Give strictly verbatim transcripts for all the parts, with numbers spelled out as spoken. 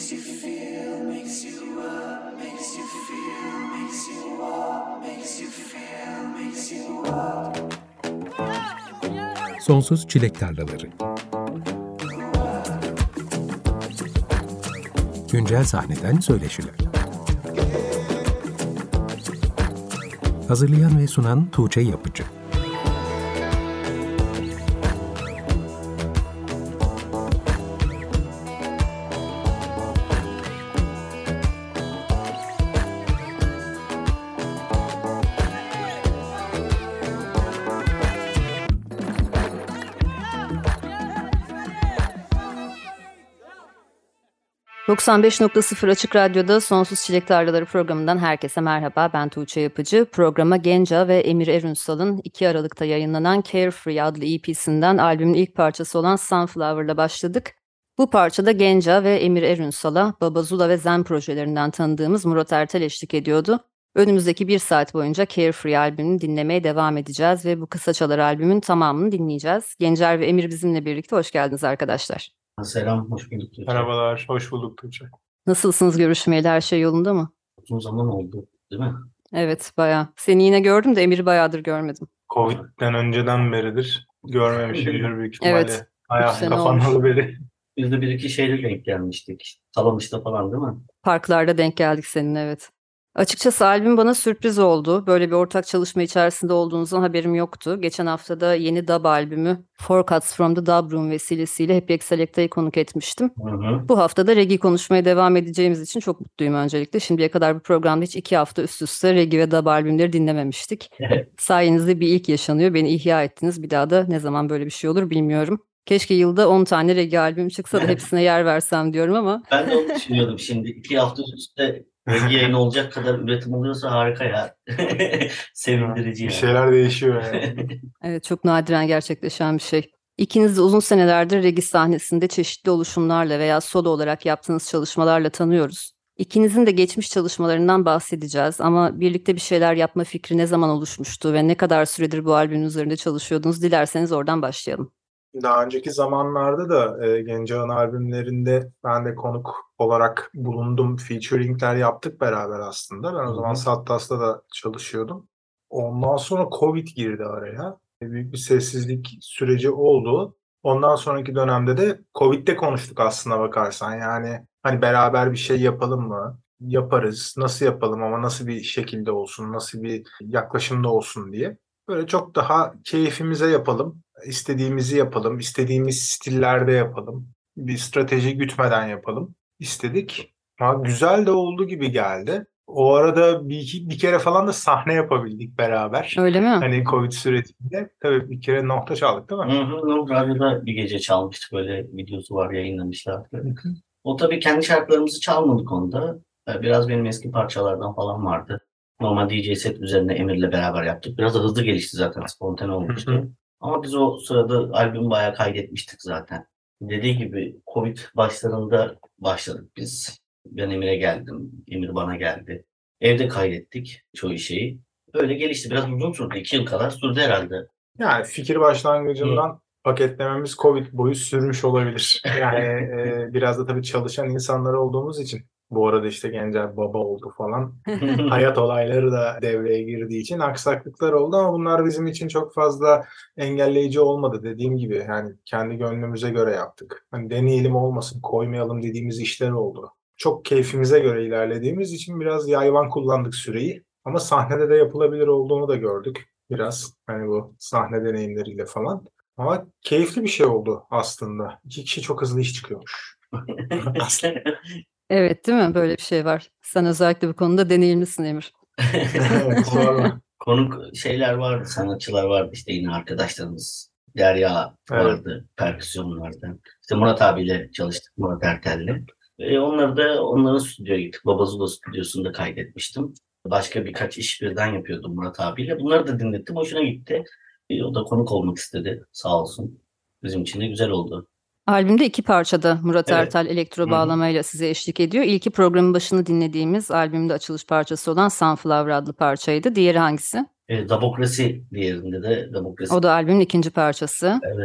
makes you feel, makes you up, makes you feel, makes you walk, makes you feel, makes you up. Sonsuz Çilek Tarlaları. Güncel sahneden söyleşiler. Hazırlayan ve sunan Tuğçe Yapıcı. doksan beş nokta sıfır Açık Radyo'da Sonsuz Çilek Tarlaları programından herkese merhaba. Ben Tuğçe Yapıcı. Programa Genca ve Emir Erünsal'ın iki Aralık'ta yayınlanan Carefree adlı E P'sinden albümün ilk parçası olan Sunflower'la başladık. Bu parçada Genca ve Emir Erünsal'a Baba Zula ve Zen projelerinden tanıdığımız Murat Ertel eşlik ediyordu. Önümüzdeki bir saat boyunca Carefree albümünü dinlemeye devam edeceğiz ve bu kısaçalar albümün tamamını dinleyeceğiz. Gencer ve Emir bizimle birlikte. Hoş geldiniz arkadaşlar. Selam, hoş bulduk Tuğçe. Merhabalar, hoş bulduk Tuğçe. Nasılsınız görüşmeyeli? Her şey yolunda mı? Uzun zaman oldu, değil mi? Evet, bayağı. Seni yine gördüm de Emir'i bayağıdır görmedim. Covid'den önceden beridir görmemişimdir büyük ihtimalle. Evet, Ayağı üç sene kapanmalı beri. Biz de bir iki şeyle denk gelmiştik. Salamış'ta falan değil mi? Parklarda denk geldik seninle, evet. Açıkçası albüm bana sürpriz oldu. Böyle bir ortak çalışma içerisinde olduğunuzdan haberim yoktu. Geçen haftada yeni dub albümü Four Cuts from the Dub Room vesilesiyle Happy X Selecta'yı konuk etmiştim. Hı hı. Bu hafta da reggae konuşmaya devam edeceğimiz için çok mutluyum öncelikle. Şimdiye kadar bu programda hiç iki hafta üst üste reggae ve dub albümleri dinlememiştik. Sayenizde bir ilk yaşanıyor. Beni ihya ettiniz. Bir daha da ne zaman böyle bir şey olur bilmiyorum. Keşke yılda on tane reggae albüm çıksa da hepsine yer versem diyorum ama. Ben de onu düşünüyordum şimdi. İki hafta üst üste reggae yayın olacak kadar üretim oluyorsa harika ya. Sevindirici Bir ya. şeyler değişiyor yani. Evet, çok nadiren gerçekleşen bir şey. İkiniz de uzun senelerdir reggae sahnesinde çeşitli oluşumlarla veya solo olarak yaptığınız çalışmalarla tanıyoruz. İkinizin de geçmiş çalışmalarından bahsedeceğiz ama birlikte bir şeyler yapma fikri ne zaman oluşmuştu ve ne kadar süredir bu albümün üzerinde çalışıyordunuz? Dilerseniz oradan başlayalım. Daha önceki zamanlarda da e, Gencağ'ın albümlerinde ben de konuk olarak bulundum. Featuringler yaptık beraber aslında. Ben o zaman Sattas'ta da çalışıyordum. Ondan sonra Covid girdi araya. Büyük bir sessizlik süreci oldu. Ondan sonraki dönemde de Covid'de konuştuk aslına bakarsan. Yani hani beraber bir şey yapalım mı? Yaparız. Nasıl yapalım ama nasıl bir şekilde olsun, nasıl bir yaklaşımda olsun diye. Böyle çok daha keyfimize yapalım. İstediğimizi yapalım, istediğimiz stillerde yapalım. Bir strateji gütmeden yapalım istedik. Ha, güzel de oldu gibi geldi. O arada bir, iki, bir kere falan da sahne yapabildik beraber. Öyle mi? Hani Covid sürecinde. Tabii bir kere nokta çaldık değil mi? Hı hı, radyoda bir gece çalmıştık, böyle videosu var, yayınlamışlardı. O tabii kendi şarkılarımızı çalmadık onda. Biraz benim eski parçalardan falan vardı. Normal D J set üzerine Emir'le beraber yaptık. Biraz da hızlı gelişti zaten, spontane olmuştu. Hı hı. Ama biz o sırada albümü bayağı kaydetmiştik zaten. Dediği gibi Covid başlarında başladık biz. Ben Emir'e geldim, Emir bana geldi. Evde kaydettik çoğu şeyi. Öyle gelişti. Biraz uzun sürdü. iki yıl kadar sürdü herhalde. Yani fikir başlangıcından paketlememiz Covid boyu sürmüş olabilir. Yani e, biraz da tabii çalışan insanlar olduğumuz için. Bu arada işte Gencer baba oldu falan. Hayat olayları da devreye girdiği için aksaklıklar oldu ama bunlar bizim için çok fazla engelleyici olmadı. Dediğim gibi yani kendi gönlümüze göre yaptık. Hani deneyelim olmasın, koymayalım dediğimiz işler oldu. Çok keyfimize göre ilerlediğimiz için biraz yayvan kullandık süreyi. Ama sahnede de yapılabilir olduğunu da gördük. Biraz hani bu sahne deneyimleriyle falan. Ama keyifli bir şey oldu aslında. İki kişi çok hızlı iş çıkıyormuş. Evet, değil mi? Böyle bir şey var. Sen özellikle bu konuda deneyimlisin Emir. Evet, sonra. Konuk şeyler vardı, sanatçılar vardı, işte yine arkadaşlarımız. Derya vardı, perküsyonlardan. İşte Murat abiyle çalıştık, Murat Ertel'le. E, onları da onların stüdyoya gittik. Baba Zula stüdyosunda kaydetmiştim. Başka birkaç iş birden yapıyordum Murat abiyle. Bunları da dinlettim, hoşuna gitti. E, o da konuk olmak istedi, sağ olsun. Bizim için de güzel oldu. Albümde iki parçada Murat Evet. Ertel elektro Hı-hı. bağlamayla size eşlik ediyor. İlki programın başını dinlediğimiz albümde açılış parçası olan Sunflower adlı parçaydı. Diğeri hangisi? E, Dabokrasi diğerinde de Dabokrasi. O da albümün ikinci parçası. Evet.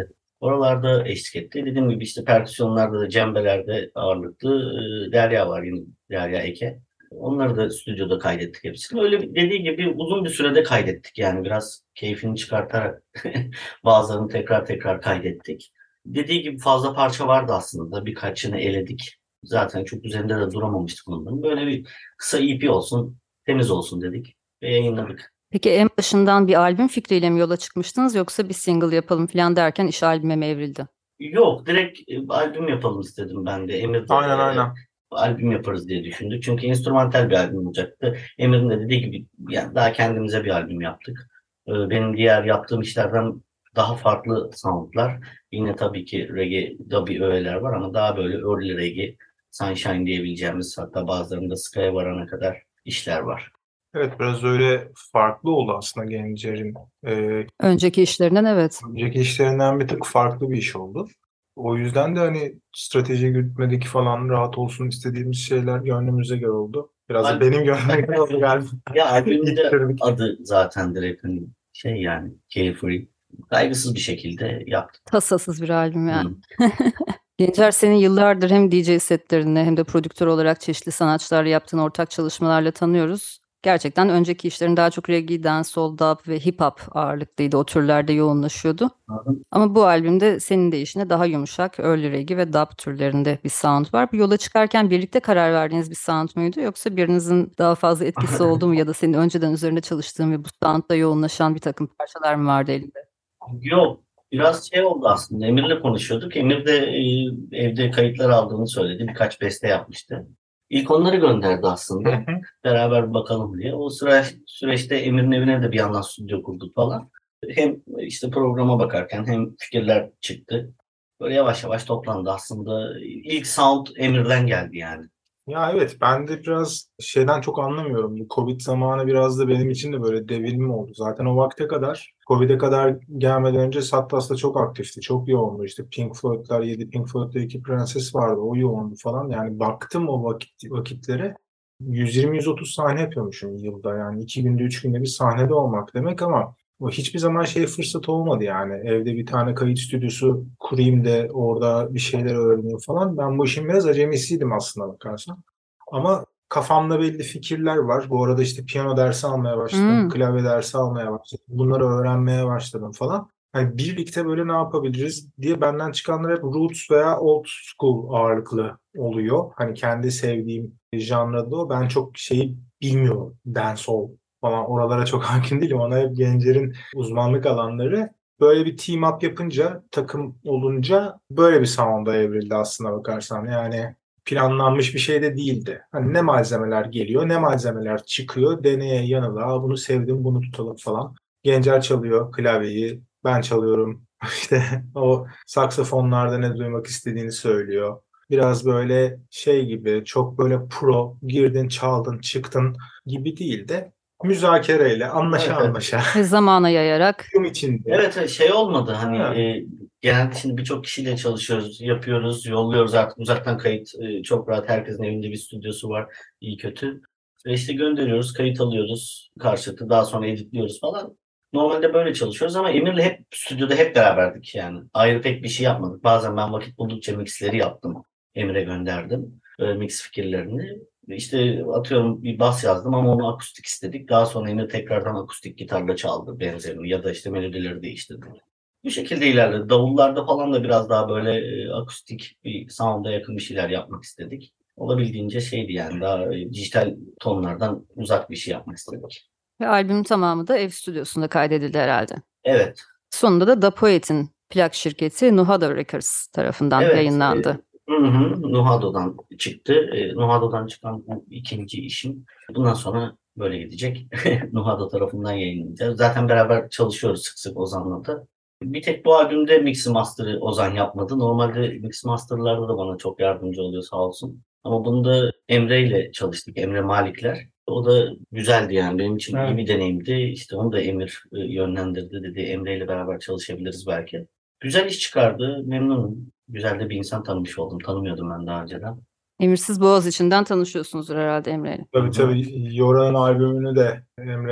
Oralarda eşlik etti. Dediğim gibi işte perküsyonlarda da cembelerde ağırlıklı e, Derya var yine Derya Eke. Onları da stüdyoda kaydettik hepsini. Öyle bir- dediği gibi uzun bir sürede kaydettik. Yani biraz keyfini çıkartarak bazılarını tekrar tekrar kaydettik. Dediği gibi fazla parça vardı aslında. Birkaçını eledik. Zaten çok üzerinde de duramamıştık onların. Böyle bir kısa E P olsun, temiz olsun dedik ve yayınladık. Peki en başından bir albüm fikriyle mi yola çıkmıştınız yoksa bir single yapalım falan derken iş albüme mi evrildi? Yok, direkt e, albüm yapalım istedim ben de. Emir de Aynen e, aynen. albüm yaparız diye düşündük. Çünkü enstrümantal bir albüm olacaktı. Emir'in de dediği gibi yani daha kendimize bir albüm yaptık. E, benim diğer yaptığım işlerden daha farklı soundlar. Yine tabii ki reggae, dubby öğeler var ama daha böyle early reggae, sunshine diyebileceğimiz hatta bazılarında sky'a varana kadar işler var. Evet, biraz öyle farklı oldu aslında Gencer'in. Ee, Önceki işlerinden evet. önceki işlerinden bir tık farklı bir iş oldu. O yüzden de hani strateji yürütmedeki falan rahat olsun istediğimiz şeyler gönlümüze göre oldu. Biraz da Al- benim gönlüme göre oldu galiba. Ya albümün de İttirdik. adı zaten direkt hani şey yani Carefree. Kaygısız bir şekilde yaptık. Tasasız bir albüm yani. Hı. Gencer senin yıllardır hem D J setlerinde hem de prodüktör olarak çeşitli sanatçılarla yaptığın ortak çalışmalarla tanıyoruz. Gerçekten önceki işlerin daha çok reggae, dancehall, dub ve hip hop ağırlıklıydı. O türlerde yoğunlaşıyordu. Ama bu albümde senin deyişine daha yumuşak, early reggae ve dub türlerinde bir sound var. Bu yola çıkarken birlikte karar verdiğiniz bir sound muydu? Yoksa birinizin daha fazla etkisi oldu mu? Ya da senin önceden üzerinde çalıştığın ve bu soundda yoğunlaşan bir takım parçalar mı vardı elinde? Yok, biraz şey oldu aslında. Emir'le konuşuyorduk. Emir de e, evde kayıtlar aldığını söyledi. Birkaç beste yapmıştı. İlk onları gönderdi Hı aslında. hı. Beraber bir bakalım diye. O sıra süreçte Emir'in evine de bir yandan stüdyo kurduk falan. Hem işte programa bakarken hem fikirler çıktı. Böyle yavaş yavaş toplandı aslında. İlk sound Emir'den geldi yani. Ya evet, ben de biraz şeyden çok anlamıyorum. Bu Covid zamanı biraz da benim için de böyle devinim oldu. Zaten o vakte kadar, Covid'e kadar gelmeden önce Sattas da çok aktifti. Çok yoğundu. İşte Pink Floyd'lar yedi, Pink Floyd'da iki Prenses vardı. O yoğundu falan. Yani baktım o vakit, vakitlere yüz yirmi yüz otuz sahne yapıyormuşum yılda. Yani iki günde, üç günde bir sahnede olmak demek ama o hiçbir zaman şey fırsat olmadı yani. Evde bir tane kayıt stüdyosu kurayım da orada bir şeyler öğreneyim falan. Ben bu işin biraz acemisiydim aslında bakarsan. Ama kafamda belli fikirler var. Bu arada işte piyano dersi almaya başladım. Hmm. Klavye dersi almaya başladım. Bunları öğrenmeye başladım falan. Hani birlikte böyle ne yapabiliriz diye benden çıkanlar hep roots veya old school ağırlıklı oluyor. Hani kendi sevdiğim janrada o. Ben çok şeyi bilmiyorum. Dancehall falan oralara çok hakim değilim. Ona hep Gencer'in uzmanlık alanları. Böyle bir team up yapınca, takım olunca böyle bir sound'a evrildi aslına bakarsan. Yani planlanmış bir şey de değildi. Hani ne malzemeler geliyor, ne malzemeler çıkıyor, deneye yanıla, "Aa, bunu sevdim, bunu tutalım" falan. Gencer çalıyor klavyeyi, ben çalıyorum. İşte o saksafonlarda ne duymak istediğini söylüyor. Biraz böyle şey gibi, çok böyle pro, girdin, çaldın, çıktın gibi değil de müzakereyle, anlaşa Evet, evet. anlaşa, Ve zamana yayarak uyum içinde. Evet, evet, şey olmadı hani Ha. e, genelde şimdi birçok kişiyle çalışıyoruz, yapıyoruz, yolluyoruz artık uzaktan kayıt e, çok rahat herkesin evinde bir stüdyosu var iyi kötü. Ve işte gönderiyoruz, kayıt alıyoruz karşılıklı daha sonra editliyoruz falan. Normalde böyle çalışıyoruz ama Emir'le hep stüdyoda hep beraberdik yani. Ayrı pek bir şey yapmadık. Bazen ben vakit buldukça mixleri yaptım. Emir'e gönderdim e, mix fikirlerini. İşte atıyorum bir bas yazdım ama onu akustik istedik. Daha sonra Emir tekrardan akustik gitarla çaldı benzerini ya da işte melodileri değiştirdi. Bu şekilde ilerledi. Davullarda falan da biraz daha böyle e, akustik bir sound'a yakın bir şeyler yapmak istedik. Olabildiğince şeydi yani daha e, dijital tonlardan uzak bir şey yapmak istedik. ve albümün tamamı da ev stüdyosunda kaydedildi herhalde. Evet. Sonunda da Da Poet'in plak şirketi Nuhada Records tarafından Evet. yayınlandı. E, hı hı, Nuhado'dan çıktı. E, Nuhado'dan çıkan bu ikinci işim. Bundan sonra böyle gidecek. Nuhado tarafından yayınlanacak. Zaten beraber çalışıyoruz sık sık Ozan'la da. Bir tek bu albümde mix master'ı Ozan yapmadı. Normalde mix master'larda da bana çok yardımcı oluyor sağ olsun. Ama bunda Emre ile çalıştık. Emre Malikler. O da güzeldi yani. Benim için iyi Evet. bir deneyimdi. İşte onu da Emir e, yönlendirdi dedi. Emre ile beraber çalışabiliriz belki. Güzel iş çıkardı. Memnunum. Güzel de bir insan tanımış oldum. Tanımıyordum ben daha önceden. Emirsiz Boğaz içinden tanışıyorsunuzdur herhalde Emre'yle. Tabii Hı hı. tabii Yora'nın albümünü de Emre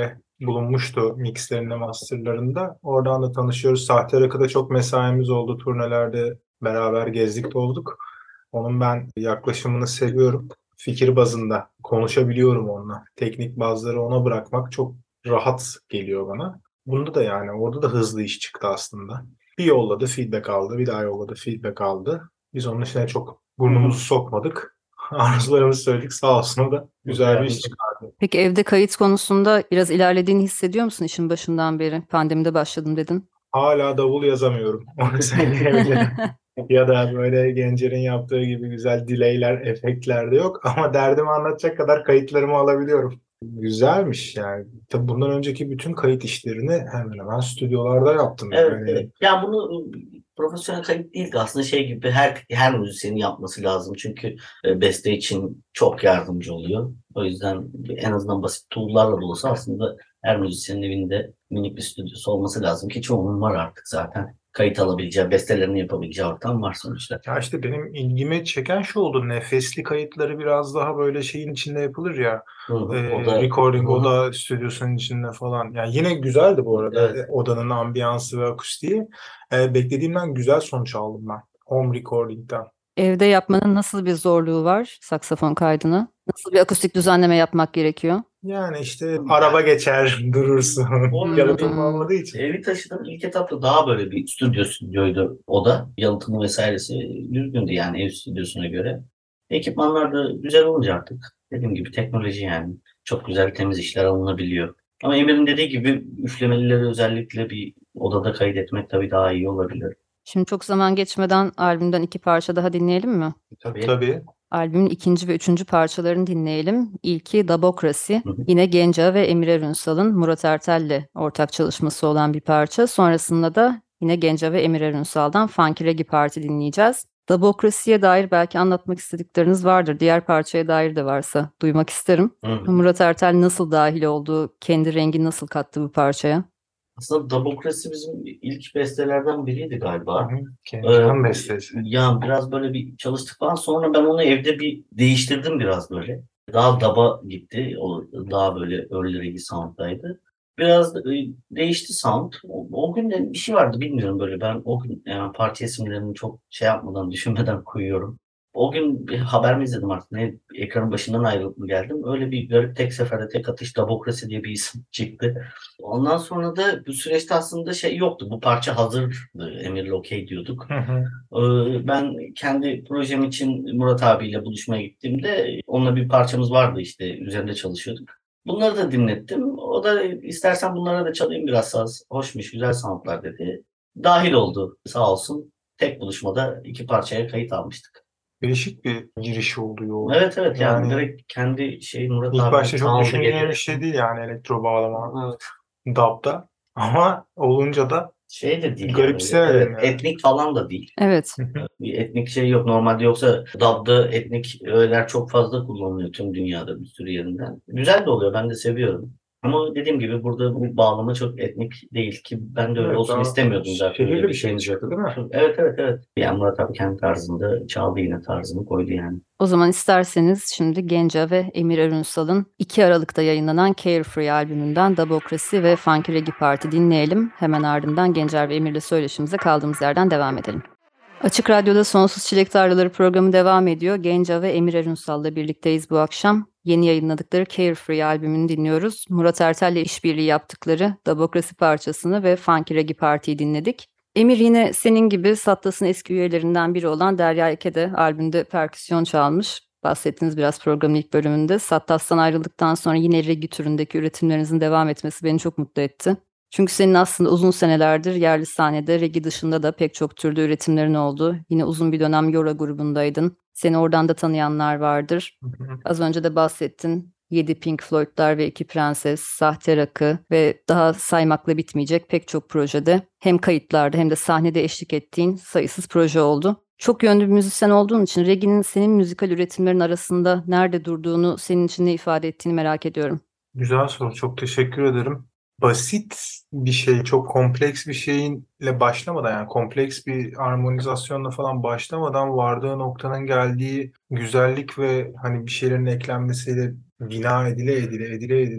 bulunmuştu mixlerinde, masterlarında. Oradan da tanışıyoruz. Sahte Rakı'da çok mesaimiz oldu. Turnelerde beraber gezdik tozduk. Onun ben yaklaşımını seviyorum. Fikir bazında konuşabiliyorum onunla. Teknik bazları ona bırakmak çok rahat geliyor bana. Bunda da yani orada da hızlı iş çıktı aslında. Bir yolladı, feedback aldı. Bir daha yolladı, feedback aldı. Biz onun içine çok burnumuzu sokmadık. Arzularımızı söyledik, sağ olsun, o da güzel bir iş çıkardı. Peki evde kayıt konusunda biraz ilerlediğini hissediyor musun işin başından beri? Pandemide başladım dedin. Hala davul yazamıyorum. Onu söyleyebilirim. Ya da böyle Gencer'in yaptığı gibi güzel delay'ler, efektler de yok. Ama derdimi anlatacak kadar kayıtlarımı alabiliyorum. Güzelmiş yani. Tabii bundan önceki bütün kayıt işlerini hemen hemen stüdyolarda yaptım. Evet, Yani evet. Ya bunu profesyonel kayıt değil de aslında şey gibi her her müzisyenin yapması lazım. Çünkü e, beste için çok yardımcı oluyor. O yüzden en azından basit tool'larla da olsa aslında her müzisyenin evinde minik bir stüdyosu olması lazım ki çoğunun var artık zaten. Kayıt alabileceği, bestelerini yapabileceği ortam var sonuçta. Ya işte benim ilgimi çeken şu oldu. Nefesli kayıtları biraz daha böyle şeyin içinde yapılır ya. Hı, E, o da- recording Hı hı. oda stüdyosunun içinde falan. Yani yine güzeldi bu arada. Evet. E, Odanın ambiyansı ve akustiği. E, beklediğimden güzel sonuç aldım ben. Home recording'den. Evde yapmanın nasıl bir zorluğu var saksafon kaydını? Nasıl bir akustik düzenleme yapmak gerekiyor? Yani işte araba geçer, durursun. O- Yalıtım olmadığı için. Evi taşıdığım ilk etapta daha böyle bir stüdyo stüdyoydu o da. Yalıtımı vesairesi düzgündü yani ev stüdyosuna göre. Ekipmanlar da güzel olunca artık dediğim gibi teknoloji yani çok güzel temiz işler alınabiliyor. Ama Emir'in dediği gibi üflemelileri özellikle bir odada kaydetmek tabii daha iyi olabilir. Şimdi çok zaman geçmeden albümden iki parça daha dinleyelim mi? Tabii. Tabii. Albümün ikinci ve üçüncü parçalarını dinleyelim. İlki Dabokrasi. Hı hı. Yine Genca ve Emir Erünsal'ın Murat Ertel'le ortak çalışması olan bir parça. Sonrasında da yine Genca ve Emir Erünsal'dan Funky Reggae Party dinleyeceğiz. Dabokrasi'ye dair belki anlatmak istedikleriniz vardır. Diğer parçaya dair de varsa duymak isterim. Hı hı. Murat Ertel nasıl dahil oldu? Kendi rengi nasıl kattı bu parçaya? Aslında Dabokrasi bizim ilk bestelerden biriydi galiba. Kendi'nin Ee, bestesi. Ya biraz böyle bir çalıştık falan. Sonra ben onu evde bir değiştirdim biraz böyle. Daha daba gitti. O daha böyle early reggae sound'daydı. Biraz da, e, değişti sound. O, o gün de bir şey vardı bilmiyorum böyle. Ben o gün yani parti isimlerini çok şey yapmadan, düşünmeden koyuyorum. O gün bir haber mi izledim artık ne ekranın başından ayrılıp mı geldim. Öyle bir garip tek seferde tek atış Dabokrasi diye bir isim çıktı. Ondan sonra da bu süreçte aslında şey yoktu. Bu parça hazırdı. Emir'le okey diyorduk. Hı hı. Ee, Ben kendi projem için Murat abiyle buluşmaya gittiğimde onunla bir parçamız vardı işte üzerinde çalışıyorduk. Bunları da dinlettim. O da istersen bunlara da çalayım biraz saz. Hoşmuş, güzel soundlar dedi. Dahil oldu sağ olsun. Tek buluşmada iki parçaya kayıt almıştık. Değişik bir giriş oluyor. Evet evet yani, Yani direkt kendi şey Murat İlk abi başta çok aldı düşündüğüm gece. bir şey değil yani elektro bağlama Evet. D A W'da. Ama olunca da Şey de değil Garipsemedim yani. Evet, yani. etnik falan da değil. Evet. Bir etnik şey yok. Normalde yoksa D A W'da etnik öğeler çok fazla kullanılıyor tüm dünyada bir sürü yerinden. Güzel de oluyor. Ben de seviyorum. Ama dediğim gibi burada bu bağlama çok etnik değil ki ben de öyle Evet, olsun daha istemiyordum zaten. şehirli Öyle bir şey şeyimiz yok. çıktı, değil mi? Evet evet evet. Yani Murat abi kendi tarzında çaldı yine tarzını koydu yani. O zaman isterseniz şimdi Genca ve Emir Erünsal'ın iki Aralık'ta yayınlanan Carefree albümünden Dabokrasi ve Funky Reggae Party dinleyelim. Hemen ardından Gencer ve Emir'le söyleşimize kaldığımız yerden devam edelim. Açık Radyo'da Sonsuz Çilek Tarlaları programı devam ediyor. Genca ve Emir Erünsal'la birlikteyiz bu akşam. Yeni yayınladıkları Carefree albümünü dinliyoruz. Murat Ertel'le işbirliği yaptıkları Dabokrasi parçasını ve Funky Reggae Party'yi dinledik. Emir yine senin gibi Sattas'ın eski üyelerinden biri olan Derya Eke de albümde perküsyon çalmış. Bahsettiğiniz biraz programın ilk bölümünde. Sattas'tan ayrıldıktan sonra yine reggae türündeki üretimlerinizin devam etmesi beni çok mutlu etti. Çünkü senin aslında uzun senelerdir yerli sahnede reggae dışında da pek çok türde üretimlerin oldu. Yine uzun bir dönem Yora grubundaydın. Seni oradan da tanıyanlar vardır. Az önce de bahsettin. Yedi Pink Floyd'lar ve iki Prenses, Sahte Rakı ve daha saymakla bitmeyecek pek çok projede hem kayıtlarda hem de sahnede eşlik ettiğin sayısız proje oldu. Çok yönlü bir müzisyen olduğun için reggae'nin senin müzikal üretimlerin arasında nerede durduğunu, senin için ne ifade ettiğini merak ediyorum. Güzel soru. Çok teşekkür ederim. Basit bir şey, çok kompleks bir şeyinle başlamadan yani kompleks bir armonizasyonla falan başlamadan vardığı noktanın geldiği güzellik ve hani bir şeylerin eklenmesiyle bina edile edile edile edile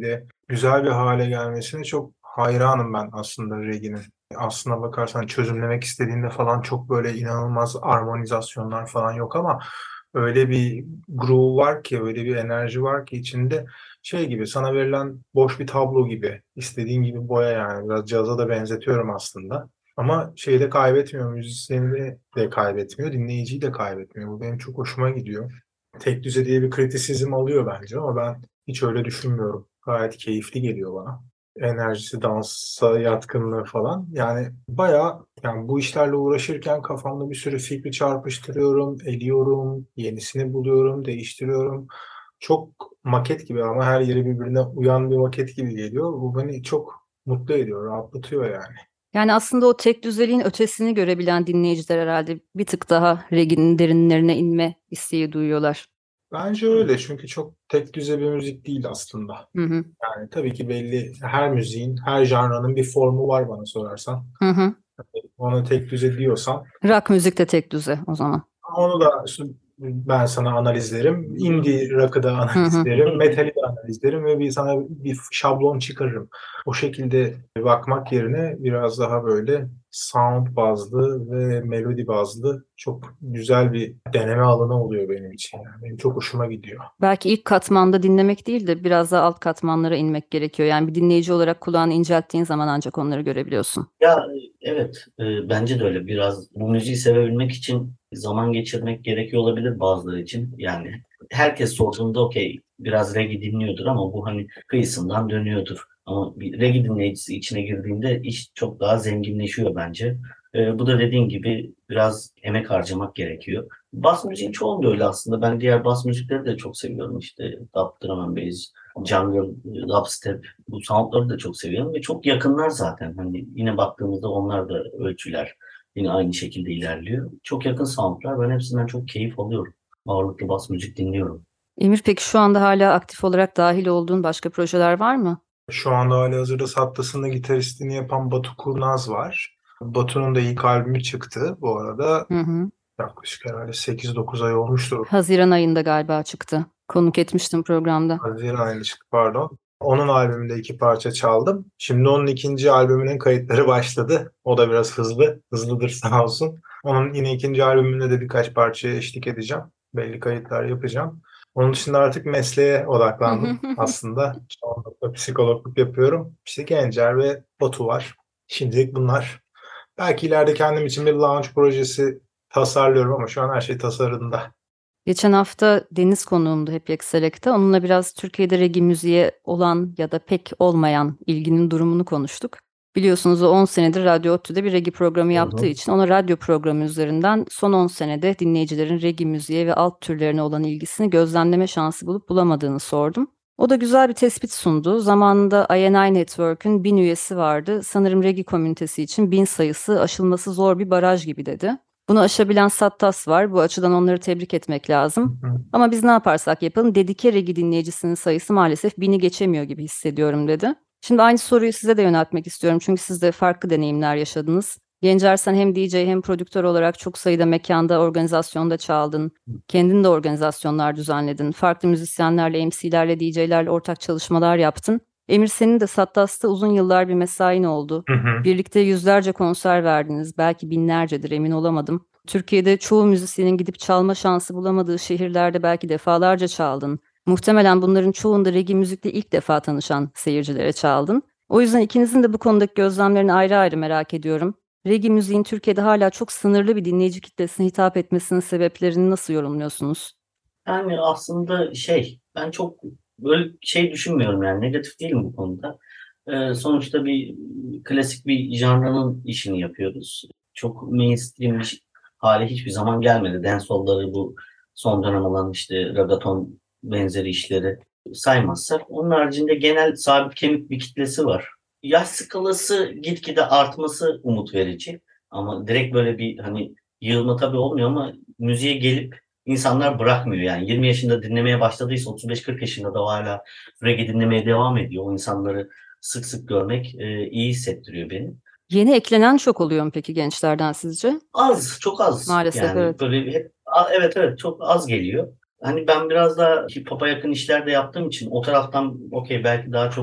güzel bir hale gelmesine çok hayranım ben aslında reggae'nin. Aslına bakarsan çözümlemek istediğinde falan çok böyle inanılmaz armonizasyonlar falan yok ama öyle bir groove var ki, öyle bir enerji var ki içinde, şey gibi, sana verilen boş bir tablo gibi, istediğin gibi boya yani. Biraz caza da benzetiyorum aslında. Ama şeyi de kaybetmiyor, müzisyeni de kaybetmiyor, dinleyiciyi de kaybetmiyor. Bu benim çok hoşuma gidiyor. Tek düze diye bir kritisizm alıyor bence ama ben hiç öyle düşünmüyorum. Gayet keyifli geliyor bana. Enerjisi, dansa yatkınlığı falan. Yani bayağı, yani bu işlerle uğraşırken kafamda bir sürü fikri çarpıştırıyorum, ediyorum, yenisini buluyorum, değiştiriyorum. Çok maket gibi ama her yeri birbirine uyan bir maket gibi geliyor. Bu beni çok mutlu ediyor, rahatlatıyor yani. Yani aslında o tek düzeliğin ötesini görebilen dinleyiciler herhalde bir tık daha reggae'nin derinlerine inme isteği duyuyorlar. Bence öyle, çünkü çok tek düze bir müzik değil aslında. Hı hı. Yani tabii ki belli, her müziğin, her janranın bir formu var bana sorarsan. Hı hı. Ona tek düze diyorsan Rock müzik de tek düze o zaman. onu da ben sana analizlerim. Indie rock'ı da Hı hı. analizlerim. Metal'i de analizlerim ve bir sana bir şablon çıkarırım. O şekilde bakmak yerine biraz daha böyle sound bazlı ve melodi bazlı çok güzel bir deneme alanı oluyor benim için. Yani benim çok hoşuma gidiyor. Belki ilk katmanda dinlemek değil de biraz daha alt katmanlara inmek gerekiyor. Yani bir dinleyici olarak kulağını incelttiğin zaman ancak onları görebiliyorsun. Ya evet, e, bence de öyle. Biraz bu müziği sevebilmek için zaman geçirmek gerekiyor olabilir bazıları için. Yani herkes sorduğunda okey biraz reggae dinliyordur ama bu hani kıyısından dönüyordur. Ama bir reggae dinleyicisi içine girdiğinde iş çok daha zenginleşiyor bence. E, bu da dediğin gibi biraz emek harcamak gerekiyor. Bas müziğin çoğunda öyle aslında. Ben diğer bas müzikleri de çok seviyorum. İşte dub, drum and bass, jungle, dubstep, bu soundları da çok seviyorum ve çok yakınlar zaten. Hani yine baktığımızda onlar da ölçüler yine aynı şekilde ilerliyor. Çok yakın soundlar. Ben hepsinden çok keyif alıyorum. Ağırlıklı bas müzik dinliyorum. Emir, peki şu anda hala aktif olarak dahil olduğun başka projeler var mı? Şu anda halihazırda Sattas'ın gitaristliğini yapan Batu Kurnaz var. Batu'nun da ilk albümü çıktı bu arada. Hı hı. Yaklaşık herhalde sekiz dokuz ay olmuştur. Haziran ayında galiba çıktı. Konuk etmiştim programda. Haziran ayında çıktı, pardon. Onun albümünde iki parça çaldım. Şimdi onun ikinci albümünün kayıtları başladı. O da biraz hızlı. Hızlıdır sağ olsun. Onun yine ikinci albümünde de birkaç parçaya eşlik edeceğim. Belli kayıtlar yapacağım. Onun dışında artık mesleğe odaklandım aslında. Çoğunlukla psikologluk yapıyorum. İşte Gencer ve Batu var. Şimdilik bunlar. Belki ileride kendim için bir launch projesi tasarlıyorum ama şu an her şey tasarımda. Geçen hafta Deniz konuğumdu Hep Yekselek'te. Onunla biraz Türkiye'de reggae müziğe olan ya da pek olmayan ilginin durumunu konuştuk. Biliyorsunuz o on senedir Radyo ODTÜ'de bir reggae programı yaptığı hı. için ona radyo programı üzerinden son on senede dinleyicilerin reggae müziğe ve alt türlerine olan ilgisini gözlemleme şansı bulup bulamadığını sordum. O da güzel bir tespit sundu. Zamanında I N I Network'ün bin üyesi vardı. Sanırım reggae komünitesi için bin sayısı aşılması zor bir baraj gibi dedi. Bunu aşabilen Sattas var. Bu açıdan onları tebrik etmek lazım. Hı hı. Ama biz ne yaparsak yapalım dedike reggae dinleyicisinin sayısı maalesef bini geçemiyor gibi hissediyorum dedi. Şimdi aynı soruyu size de yöneltmek istiyorum. Çünkü siz de farklı deneyimler yaşadınız. Gencer, sen hem D J hem prodüktör olarak çok sayıda mekanda, organizasyonda çaldın. Kendin de organizasyonlar düzenledin. Farklı müzisyenlerle, M C'lerle, D J'lerle ortak çalışmalar yaptın. Emir, senin de Sattas'ta uzun yıllar bir mesain oldu. Hı hı. Birlikte yüzlerce konser verdiniz. Belki binlercedir, emin olamadım. Türkiye'de çoğu müzisyenin gidip çalma şansı bulamadığı şehirlerde belki defalarca çaldın. Muhtemelen bunların çoğunda reggae müzikle ilk defa tanışan seyircilere çaldın. O yüzden ikinizin de bu konudaki gözlemlerini ayrı ayrı merak ediyorum. Reggae müziğin Türkiye'de hala çok sınırlı bir dinleyici kitlesine hitap etmesinin sebeplerini nasıl yorumluyorsunuz? Yani aslında şey, ben çok böyle şey düşünmüyorum, yani negatif değilim bu konuda. Ee, sonuçta bir klasik bir janranın işini yapıyoruz. Çok mainstream bir hale hiçbir zaman gelmedi. Dancehall'ları, bu son dönem olan işte ragaton benzeri işleri saymazsak. Onun haricinde genel sabit kemik bir kitlesi var. Yaş skalası gitgide artması umut verici. Ama direkt böyle bir hani yığılma tabii olmuyor ama müziğe gelip İnsanlar bırakmıyor yani. yirmi yaşında dinlemeye başladıysa otuz beş kırk yaşında da hala reggae dinlemeye devam ediyor. O insanları sık sık görmek e, iyi hissettiriyor beni. Yeni eklenen çok oluyor mu peki gençlerden sizce? Az, çok az. Maalesef, yani evet. Böyle hep a- evet evet çok az geliyor. Hani ben biraz daha hip hop'a yakın işler de yaptığım için o taraftan okey belki daha çok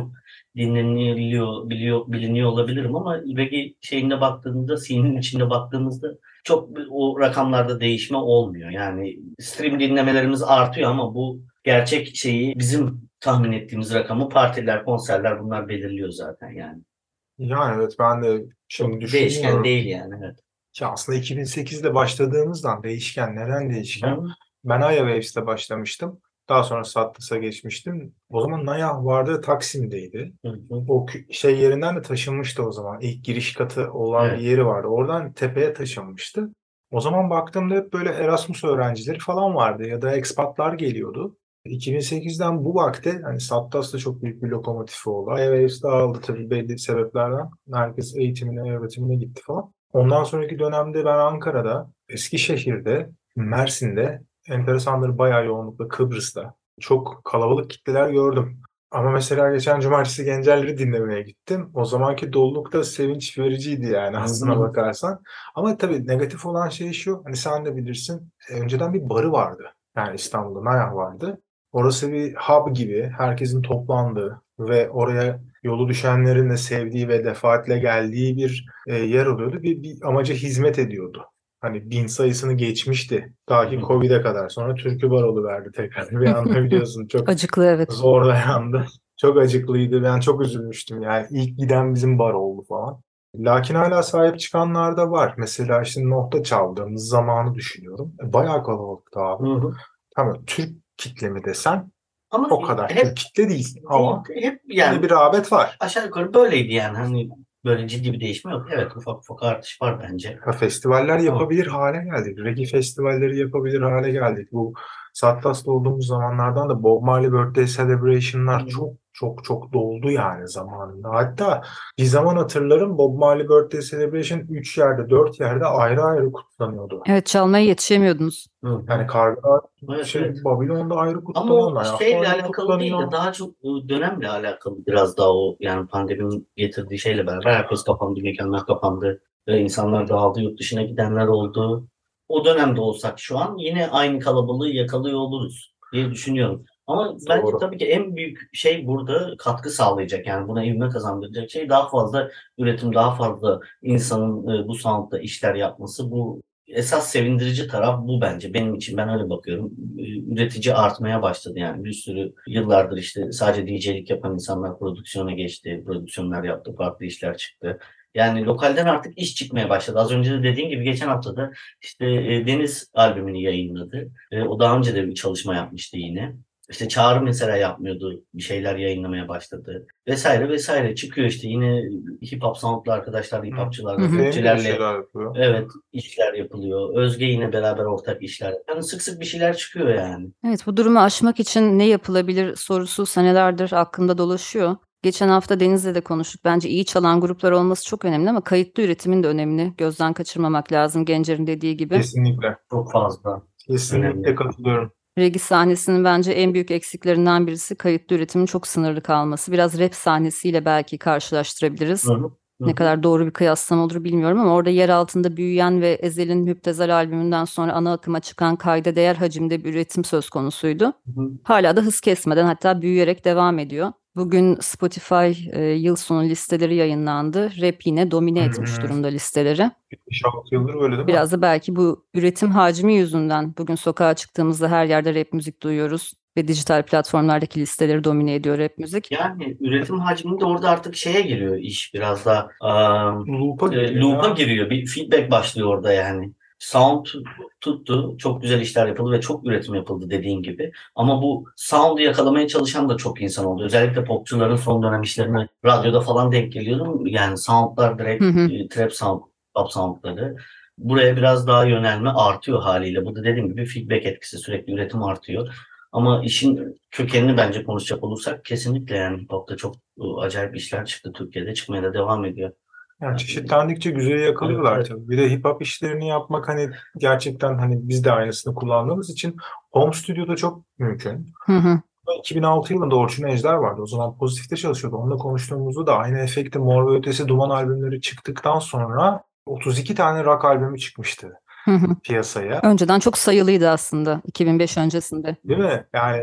dinleniliyor, biliyor, biliniyor olabilirim ama reggae şeyinde baktığımızda, scene'in içinde baktığımızda çok o rakamlarda değişme olmuyor. Yani stream dinlemelerimiz artıyor ama bu gerçek şeyi bizim tahmin ettiğimiz rakamı partiler, konserler bunlar belirliyor zaten yani. Yani evet ben de şimdi Çok değişken düşünüyorum. değil yani. Evet. Ki aslında iki bin sekizde başladığımızdan değişken. Neden değişken? Hı. Ben Aya Waves'te başlamıştım. Daha sonra Sattas'a geçmiştim. O zaman Naya vardı, Taksim'deydi. Hı hı. O kü- şey yerinden de taşınmıştı o zaman. İlk giriş katı olan Evet. bir yeri vardı. Oradan tepeye taşınmıştı. O zaman baktığımda hep böyle Erasmus öğrencileri falan vardı ya da expatlar geliyordu. iki bin sekizden bu vakte hani Sattas da çok büyük bir lokomotifi oldu. Aya Waves dağıldı tabii belli sebeplerden. Herkes eğitimine, öğretimine gitti falan. Ondan sonraki dönemde ben Ankara'da, Eskişehir'de, Mersin'de, enteresandır bayağı yoğunlukla Kıbrıs'ta çok kalabalık kitleler gördüm. Ama mesela geçen cumartesi Gencerleri dinlemeye gittim. O zamanki doluluk da sevinç vericiydi yani aslına bakarsan. Ama tabii negatif olan şey şu, hani sen de bilirsin, önceden bir barı vardı. Yani İstanbul'da Nayah vardı. Orası bir hub gibi, herkesin toplandığı ve oraya yolu düşenlerin de sevdiği ve defaatle geldiği bir e, yer oluyordu. Bir, bir amaca hizmet ediyordu. Hani bin sayısını geçmişti. Dahi Covid'e kadar. Sonra Türkü Bar oluverdi tekrar. Bir anda biliyorsun çok Acıklı evet. zorlayandı. Çok acıklıydı. Ben çok üzülmüştüm. Yani ilk giden bizim bar oldu falan. Lakin hala sahip çıkanlar da var. Mesela işte Noh'ta çaldığımız zamanı düşünüyorum. E, bayağı kalabalıktı abi. Hı hı. Tamam, Türk kitle mi desen Ama o kadar hep Türk kitle değil. Ama hep, hep yine yani bir rağbet var. aşağı yukarı böyleydi yani. Hani böyle ciddi bir değişme yok. Evet, ufak ufak artış var bence. Ha, festivaller Tamam. yapabilir hale geldik. Reggae festivalleri yapabilir hale geldik. Bu Sattas'ta olduğumuz zamanlardan da Bob Marley Birthday Celebration'lar Hı hı. çok çok çok doldu yani zamanında. Hatta bir zaman hatırlarım Bob Marley Birthday Celebration üç yerde, dört yerde ayrı ayrı kutlanıyordu. Evet, çalmaya yetişemiyordunuz. Hı hı. Yani Karga Evet, şey evet. Babilon'da ayrı Ama kutlanıyor, o Nayah'ta şeyle ayrı alakalı değil de kutlanıyor. daha çok e, dönemle alakalı biraz daha o yani pandeminin getirdiği şeyle beraber herkes kapandı, mekanlar kapandı, e, insanlar dağıldı, yurt dışına gidenler oldu. O dönemde olsak şu an yine aynı kalabalığı yakalıyor oluruz diye düşünüyorum. Ama bence Doğru. tabii ki en büyük şey burada katkı sağlayacak yani buna ivme kazandıracak şey daha fazla üretim, daha fazla insanın e, bu soundda işler yapması. Bu esas sevindirici taraf bu bence. Benim için ben öyle bakıyorum. Üretici artmaya başladı yani. Bir sürü yıllardır işte sadece D J'lik yapan insanlar prodüksiyona geçti. Prodüksiyonlar yaptı. Farklı işler çıktı. Yani lokalden artık iş çıkmaya başladı. Az önce de dediğim gibi geçen hafta da işte e, Deniz albümünü yayınladı. E, o daha önce de bir çalışma yapmıştı yine. İşte Çağrı mesela yapmıyordu. Bir şeyler yayınlamaya başladı. Vesaire vesaire. Çıkıyor işte yine hip hop soundlu arkadaşlar, hip Hı hopçılar, hı. Benim de bir rapçilerle şeyler yapıyor. evet işler yapılıyor. Özge yine beraber ortak işler. Yani sık sık bir şeyler çıkıyor yani. Evet, bu durumu aşmak için ne yapılabilir sorusu senelerdir aklımda dolaşıyor. Geçen hafta Deniz'le de konuştuk. Bence iyi çalan gruplar olması çok önemli ama kayıtlı üretimin de önemli. Gözden kaçırmamak lazım Gencer'in dediği gibi. Kesinlikle. Çok fazla Kesinlikle önemli. katılıyorum. Reggae sahnesinin bence en büyük eksiklerinden birisi kayıtlı üretimin çok sınırlı kalması. Biraz rap sahnesiyle belki karşılaştırabiliriz. Hı hı. Hı Ne hı. kadar doğru bir kıyaslama olur bilmiyorum ama orada yer altında büyüyen ve Ezel'in Müptezel albümünden sonra ana akıma çıkan kayda değer hacimde bir üretim söz konusuydu. Hı hı. Hala da hız kesmeden hatta büyüyerek devam ediyor. Bugün Spotify e, yıl sonu listeleri yayınlandı. Rap yine domine Hı etmiş hı. durumda listeleri. yetmiş altı yıldır böyle değil mi? Biraz da belki bu üretim hacmi yüzünden bugün sokağa çıktığımızda her yerde rap müzik duyuyoruz ve dijital platformlardaki listeleri domine ediyor rap müzik. Yani üretim hacminde orada artık şeye giriyor iş biraz da um, Loop'a e, giriyor loop'a ya. giriyor. Bir feedback başlıyor orada yani. Sound tuttu. Çok güzel işler yapıldı ve çok üretim yapıldı dediğin gibi. Ama bu sound'u yakalamaya çalışan da çok insan oldu. Özellikle popçuların son dönem işlerine radyoda falan denk geliyordum. Yani sound'lar direkt Hı hı. e, trap sound, pop sound'ları. Buraya biraz daha yönelme artıyor haliyle. Bu da dediğim gibi feedback etkisi sürekli üretim artıyor. Ama işin kökenini bence konuşacak olursak kesinlikle yani hip hop'ta çok ıı, acayip işler çıktı. Türkiye'de çıkmaya da devam ediyor. Yani çeşitlendikçe güzeli yakalıyorlar Evet. tabii. Bir de hip hop işlerini yapmak hani gerçekten hani biz de aynısını kullandığımız için home stüdyoda çok mümkün. Hı hı. iki bin altı yılında Orçun Ejder vardı. O zaman Pozitif'te çalışıyordu. Onunla konuştuğumuzda da aynı efekte Mor ve Ötesi Duman albümleri çıktıktan sonra otuz iki tane rock albümü çıkmıştı Hı hı. piyasaya. Önceden çok sayılıydı aslında iki bin beş öncesinde. Değil mi? Yani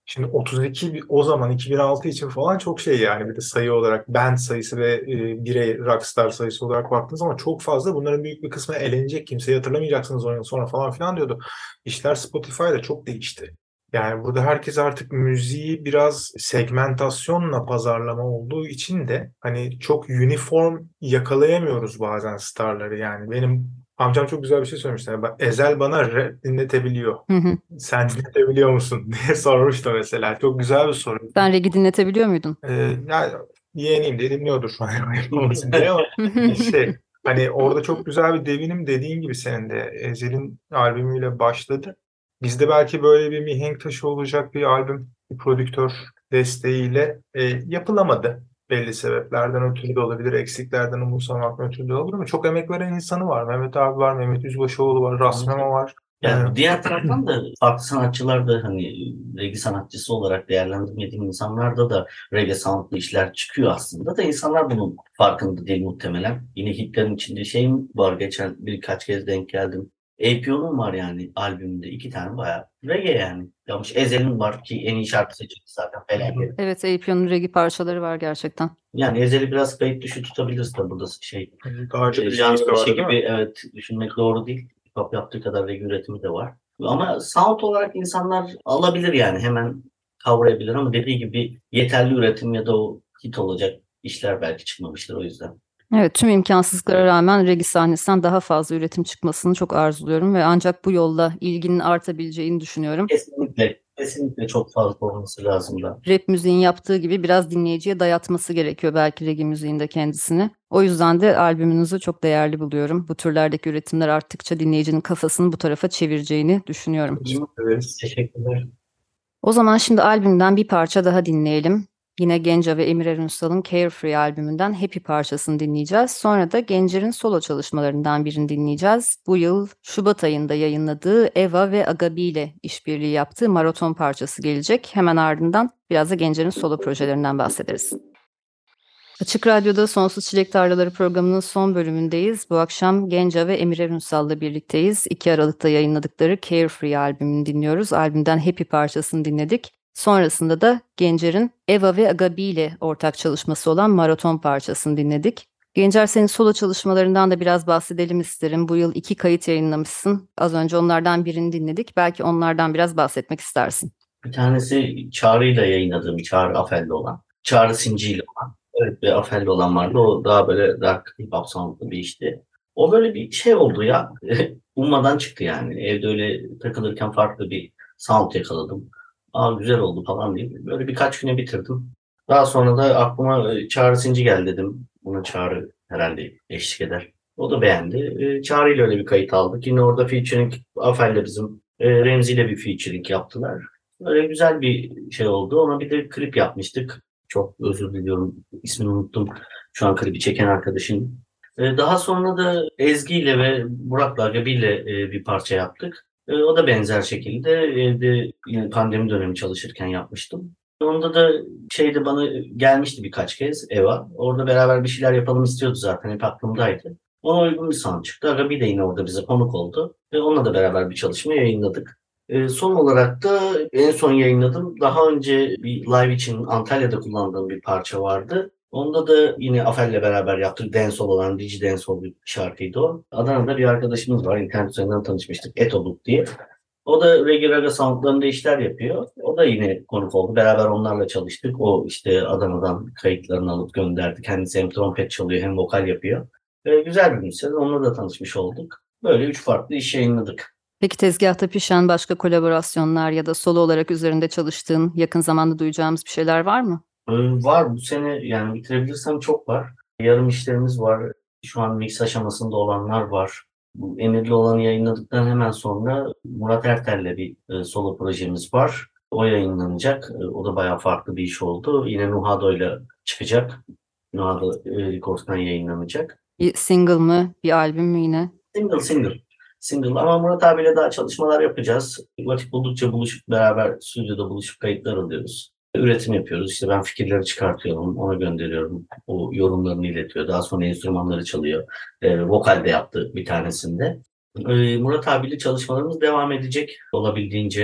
Şimdi otuz iki o zaman iki bin altı için falan çok şey yani bir de sayı olarak band sayısı ve e, birey rockstar sayısı olarak baktığınız zaman çok fazla. Bunların büyük bir kısmı elenecek. Kimseyi hatırlamayacaksınız on yıl sonra falan filan diyordu. İşler Spotify'da çok değişti. Yani burada herkes artık müziği biraz segmentasyonla pazarlama olduğu için de hani çok uniform yakalayamıyoruz bazen starları yani. Benim amcam çok güzel bir şey söylemişti. Yani Ezel bana rap dinletebiliyor. Hı hı. Sen dinletebiliyor musun diye sormuştu mesela. Çok güzel bir soru. Sen reggae dinletebiliyor muydun? Ee, yani yeğeniyim de dinliyordur şu an yapmamasın diye ama şey hani orada çok güzel bir devinim dediğin gibi senin de Ezel'in albümüyle başladı. Bizde belki böyle bir mihenk taşı olacak bir albüm bir prodüktör desteğiyle e, yapılamadı. Belli sebeplerden ötürü de olabilir, eksiklerden umursamaktan ötürü de olabilir ama çok emek veren insanı var. Mehmet abi var, Mehmet Yüzbaşıoğlu var, Rasmema var. Yani Ee, diğer taraftan da farklı sanatçılar da hani reggae sanatçısı olarak değerlendirmediğim insanlarda da reggae soundlu işler çıkıyor aslında da insanlar bunun farkında değil muhtemelen. Yine hitlerin içinde şey var, geçen birkaç kez denk geldim. A P O'nun var yani albümünde iki tane bayağı reggae yani. Yapmış. Ezel'in var ki en iyi şarkısı çıktı zaten. Felaket. Evet, A P O'nun reggae parçaları var gerçekten. Yani Ezel'i biraz kayıt dışı tutabiliriz tabii burada şey. Daha önce bir Janr şey var, işi değil gibi mi? evet düşünmek doğru değil. Pop yaptığı kadar reggae üretimi de var. Ama sound olarak insanlar alabilir yani hemen kavrayabilir ama dediği gibi yeterli üretim ya da o hit olacak işler belki çıkmamıştır o yüzden. Evet, tüm imkansızlıklara rağmen reggae sahnesinden daha fazla üretim çıkmasını çok arzuluyorum ve ancak bu yolla ilginin artabileceğini düşünüyorum. Kesinlikle, kesinlikle çok fazla olması lazım da. Rap müziğin yaptığı gibi biraz dinleyiciye dayatması gerekiyor belki reggae müziğinde kendisini. O yüzden de albümünüzü çok değerli buluyorum. Bu türlerdeki üretimler arttıkça dinleyicinin kafasını bu tarafa çevireceğini düşünüyorum. Evet. Teşekkürler. O zaman şimdi albümden bir parça daha dinleyelim. Yine Genca ve Emir Erünsal'ın Carefree albümünden Happy parçasını dinleyeceğiz. Sonra da Gencer'in solo çalışmalarından birini dinleyeceğiz. Bu yıl Şubat ayında yayınladığı Eva ve Agabi ile işbirliği yaptığı Maraton parçası gelecek. Hemen ardından biraz da Gencer'in solo projelerinden bahsederiz. Açık Radyo'da Sonsuz Çilek Tarlaları programının son bölümündeyiz. Bu akşam Genca ve Emir Erünsal'la birlikteyiz. iki Aralık'ta yayınladıkları Carefree albümünü dinliyoruz. Albümden Happy parçasını dinledik. Sonrasında da Gencer'in Eva ve Agabi ile ortak çalışması olan Maraton parçasını dinledik. Gencer, senin solo çalışmalarından da biraz bahsedelim isterim. Bu yıl iki kayıt yayınlamışsın. Az önce onlardan birini dinledik. Belki onlardan biraz bahsetmek istersin. Bir tanesi Çağrı'yla yayınladığım, Çağrı Afel'de olan. Çağrı Sinci'yle olan. Evet, bir Afel'de olan vardı. O daha böyle dark hip hop soundlu bir işti. O böyle bir şey oldu ya. Ummadan çıktı yani. Evde öyle takılırken farklı bir sound yakaladım. Aa güzel oldu falan diye. Böyle birkaç güne bitirdim. Daha sonra da aklıma e, Çağrı Sinci geldi dedim. Buna Çağrı herhalde eşlik eder. O da beğendi. E, Çağrı ile öyle bir kayıt aldık. Yine orada featuring Afel'le bizim e, Remzi ile bir featuring yaptılar. Böyle güzel bir şey oldu. Ona bir de klip yapmıştık. Çok özür diliyorum. İsmini unuttum. Şu an klibi çeken arkadaşım. Ee, daha sonra da Ezgi ile ve Burak'la Gabi ile e, bir parça yaptık. E, o da benzer şekilde evde yine pandemi dönemi çalışırken yapmıştım. Onda da şeyde bana gelmişti birkaç kez Eva. Orada beraber bir şeyler yapalım istiyordu zaten. Hep aklımdaydı. Ona uygun bir sound çıktı. Gabi de yine orada bize konuk oldu. Ve onunla da beraber bir çalışma yayınladık. E, son olarak da en son yayınladım. Daha önce bir live için Antalya'da kullandığım bir parça vardı. Onda da yine Afel'le beraber yaptık. Dancehall olan, Digi Dancehall bir şarkıydı o. Adana'da bir arkadaşımız var. İnternet üzerinden tanışmıştık. Etobuk diye. O da reggae raga soundlarında işler yapıyor. O da yine konuk oldu. Beraber onlarla çalıştık. O işte Adana'dan kayıtlarını alıp gönderdi. Kendisi hem trompet çalıyor hem vokal yapıyor. E, güzel bir müzisyen. Onunla da tanışmış olduk. Böyle üç farklı iş yayınladık. Peki tezgahta pişen başka kolaborasyonlar ya da solo olarak üzerinde çalıştığın, yakın zamanda duyacağımız bir şeyler var mı? Ee, Var bu sene yani bitirebilirsem çok var. Yarım işlerimiz var. Şu an mix aşamasında olanlar var. Bu Emirli olanı yayınladıktan hemen sonra Murat Ertel'le bir e, solo projemiz var. O yayınlanacak. E, o da bayağı farklı bir iş oldu. Yine Nuhado'yla çıkacak. Nuhado e, Records'tan yayınlanacak. Bir single mı, bir albüm mü yine? Single single. Single ama Murat abiyle daha çalışmalar yapacağız. Vakit buldukça buluşup beraber stüdyoda buluşup kayıtlar alıyoruz. Üretim yapıyoruz. İşte ben fikirleri çıkartıyorum, ona gönderiyorum. O yorumlarını iletiyor. Daha sonra enstrümanları çalıyor. E, vokal de yaptı bir tanesinde. E, Murat abiyle çalışmalarımız devam edecek. Olabildiğince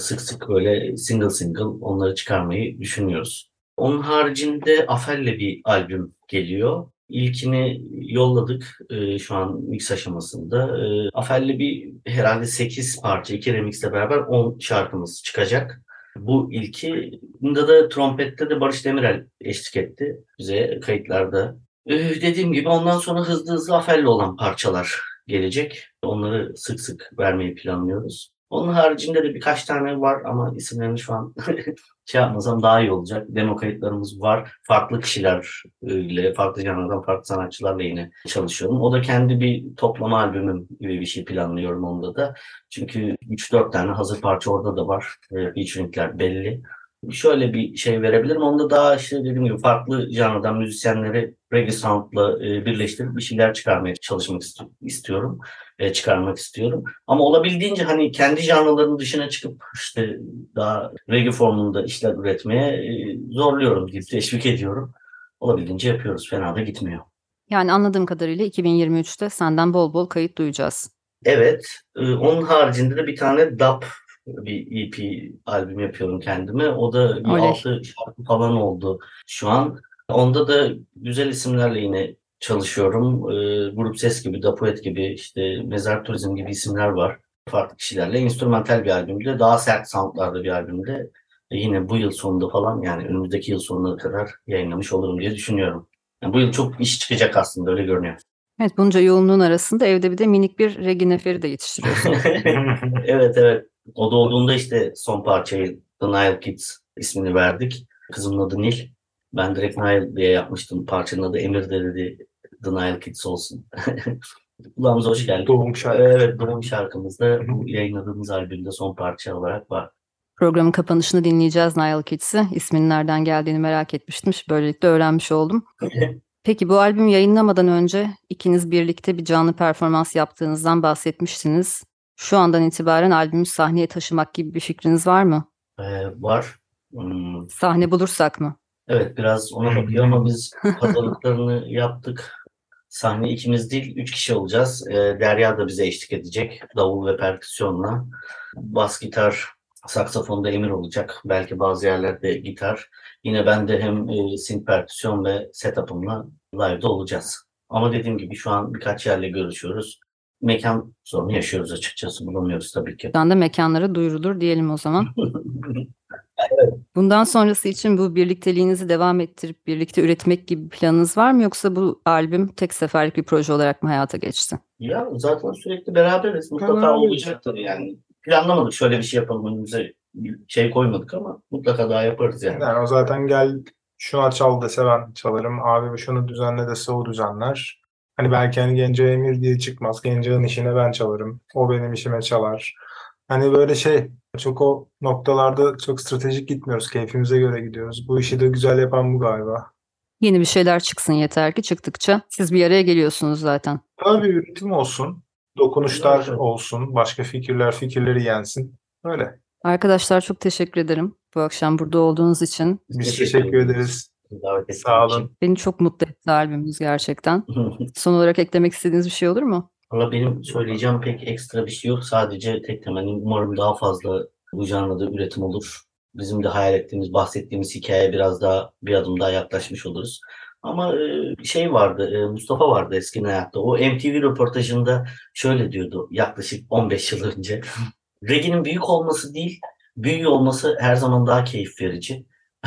sık sık böyle single single onları çıkarmayı düşünüyoruz. Onun haricinde Afel'le bir albüm geliyor. İlkini yolladık e, şu an mix aşamasında. E, Afel'le bir herhalde sekiz parça, iki remixle beraber on şarkımız çıkacak. Bu ilki, bunda da trompette de Barış Demirel eşlik etti bize kayıtlarda. E, dediğim gibi ondan sonra hızlı hızlı Afel'le olan parçalar gelecek. Onları sık sık vermeyi planlıyoruz. Onun haricinde de birkaç tane var ama isimlerini şu an şey yapmasam daha iyi olacak. Demo kayıtlarımız var. Farklı kişilerle, farklı janradan, farklı sanatçılarla yine çalışıyorum. O da kendi bir toplama albümüm gibi bir şey planlıyorum onda da. Çünkü üç dört tane hazır parça orada da var. Featuring'ler belli. Şöyle bir şey verebilirim. Onda daha işte dediğim gibi farklı janradan müzisyenleri reggae sound'la birleştirip bir şeyler çıkarmaya çalışmak istiyorum. Çıkarmak istiyorum. Ama olabildiğince hani kendi janralarının dışına çıkıp işte daha reggae formunda işler üretmeye zorluyorum deyip teşvik ediyorum. Olabildiğince yapıyoruz. Fena da gitmiyor. Yani anladığım kadarıyla iki bin yirmi üçte senden bol bol kayıt duyacağız. Evet. Onun haricinde de bir tane dub bir E P albüm yapıyorum kendime. O da bir Oley. altı şarkı falan oldu şu an. Onda da güzel isimlerle yine çalışıyorum. E, Grup Ses gibi, Dapuet gibi, işte Mezar Turizm gibi isimler var. Farklı kişilerle. Enstrümantal bir albümde, daha sert soundlarda bir albümde. E, yine bu yıl sonunda falan, yani önümüzdeki yıl sonuna kadar yayınlamış olurum diye düşünüyorum. Yani bu yıl çok iş çıkacak aslında, öyle görünüyor. Evet, bunca yoğunluğun arasında evde bir de minik bir reggae neferi de yetiştiriyorsun. Evet evet. O doğduğunda işte son parçayı The Nile Kids ismini verdik. Kızımın adı Nil. Ben direkt Nile diye yapmıştım. Parçanın adı Emir de dedi The Nile Kids olsun. Kulağımıza hoş geldin. Doğum şarkısı. Evet, doğum şarkımızda bu yayınladığımız albümde son parça olarak var. Programın kapanışını dinleyeceğiz Nile Kids'i. İsminin nereden geldiğini merak etmiştim. Böylelikle öğrenmiş oldum. Peki bu albüm yayınlamadan önce ikiniz birlikte bir canlı performans yaptığınızdan bahsetmiştiniz. Şu andan itibaren albümü sahneye taşımak gibi bir fikriniz var mı? Ee, var. Hmm. Sahne bulursak mı? Evet, biraz ona bakıyor ama biz hazırlıklarını yaptık. Sahne ikimiz değil, üç kişi olacağız. Ee, Derya da bize eşlik edecek. Davul ve perküsyonla. Bas gitar, saksafonda Emir olacak. Belki bazı yerlerde gitar. Yine ben de hem e, synth perküsyon ve setup'ımla live'da olacağız. Ama dediğim gibi şu an birkaç yerle görüşüyoruz. Mekan sorunu yaşıyoruz açıkçası. Bulamıyoruz tabii ki. Şu anda mekanlara duyurulur diyelim o zaman. Bundan sonrası için bu birlikteliğinizi devam ettirip birlikte üretmek gibi bir planınız var mı? Yoksa bu albüm tek seferlik bir proje olarak mı hayata geçti? Ya zaten sürekli beraberiz. Mutlaka Beraberiz. olacaktır yani. Planlamadık, şöyle bir şey yapalım, önümüze şey koymadık ama mutlaka daha yaparız yani. Yani o zaten gel şuna çal dese ben çalarım. Abi şunu düzenle dese o düzenler. Hani belki hani Genco Emir diye çıkmaz. Genco'nun işine ben çalarım. O benim işime çalar. Hani böyle şey çok o noktalarda çok stratejik gitmiyoruz. Keyfimize göre gidiyoruz. Bu işi de güzel yapan bu galiba. Yeni bir şeyler çıksın yeter ki çıktıkça siz bir araya geliyorsunuz zaten. Tabii üretim olsun. Dokunuşlar Evet. olsun. Başka fikirler fikirleri yensin. Öyle. Arkadaşlar çok teşekkür ederim bu akşam burada olduğunuz için. Biz teşekkür ederiz. Davet ettiğiniz Sağ için. olun. Beni çok mutlu etti albümümüz gerçekten. Son olarak eklemek istediğiniz bir şey olur mu? Valla benim söyleyeceğim pek ekstra bir şey yok. Sadece tek temennim, umarım daha fazla bu janrada üretim olur. Bizim de hayal ettiğimiz, bahsettiğimiz hikayeye biraz daha bir adım daha yaklaşmış oluruz. Ama e, şey vardı, e, Mustafa vardı eskiden hayatta. O M T V röportajında şöyle diyordu yaklaşık on beş yıl önce. Reggae'nin büyük olması değil, büyüyor olması her zaman daha keyif verici.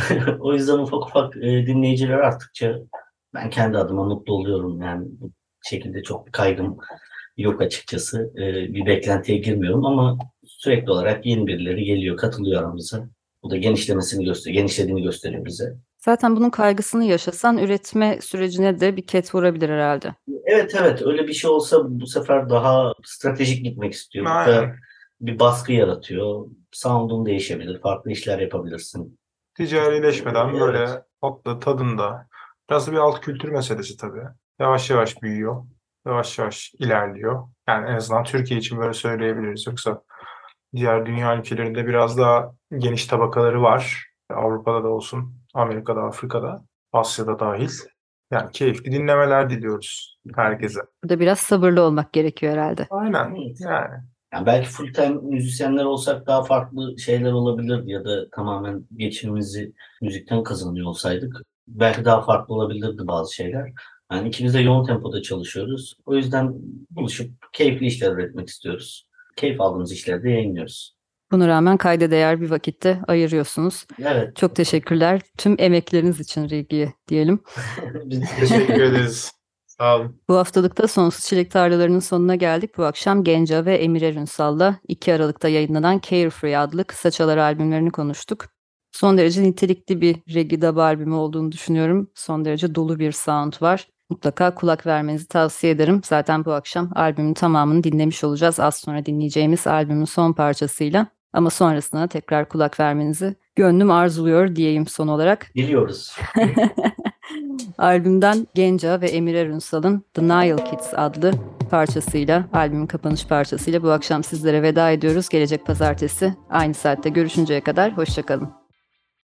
O yüzden ufak ufak e, dinleyiciler arttıkça ben kendi adıma mutlu oluyorum. Yani bu şekilde çok bir kaygım yok açıkçası. Ee, bir beklentiye girmiyorum ama sürekli olarak yeni birileri geliyor, katılıyor aramıza. Bu da genişlemesini gösteriyor, genişlediğini gösteriyor bize. Zaten bunun kaygısını yaşasan üretme sürecine de bir ket vurabilir herhalde. Evet evet, öyle bir şey olsa bu sefer daha stratejik gitmek istiyor. Bu Aynen. sefer bir baskı yaratıyor. Sound'un değişebilir, farklı işler yapabilirsin. Ticarileşmeden böyle Evet. tatlı tadında. Biraz da bir alt kültür meselesi tabii. Yavaş yavaş büyüyor. Yavaş yavaş ilerliyor. Yani en azından Türkiye için böyle söyleyebiliriz. Yoksa diğer dünya ülkelerinde biraz daha geniş tabakaları var. Avrupa'da da olsun, Amerika'da, Afrika'da, Asya'da dahil. Yani keyifli dinlemeler diliyoruz herkese. Burada biraz sabırlı olmak gerekiyor herhalde. Aynen Evet. yani. Yani belki full time müzisyenler olsak daha farklı şeyler olabilirdi ya da tamamen geçimimizi müzikten kazanıyor olsaydık belki daha farklı olabilirdi bazı şeyler. Yani ikimiz de yoğun tempoda çalışıyoruz. O yüzden buluşup keyifli işler üretmek istiyoruz. Keyif aldığımız işleri de yayınlıyoruz. Buna rağmen kayda değer bir vakitte ayırıyorsunuz. Evet. Çok teşekkürler tüm emekleriniz için Regi'ye diyelim. Biz Teşekkür ederiz. Sağ olun. Bu haftalıkta Sonsuz Çilek Tarlaları'nın sonuna geldik. Bu akşam Genca ve Emir Erünsal'la iki Aralık'ta yayınlanan Carefree adlı kısa çalar albümlerini konuştuk. Son derece nitelikli bir reggae dub albümü olduğunu düşünüyorum. Son derece dolu bir sound var. Mutlaka kulak vermenizi tavsiye ederim. Zaten bu akşam albümün tamamını dinlemiş olacağız. Az sonra dinleyeceğimiz albümün son parçasıyla. Ama sonrasında tekrar kulak vermenizi gönlüm arzuluyor diyeyim son olarak. biliyoruz. Albümden Genca ve Emir Erünsal'ın The Nile Kids adlı parçasıyla, albümün kapanış parçasıyla bu akşam sizlere veda ediyoruz. Gelecek pazartesi aynı saatte görüşünceye kadar hoşça kalın.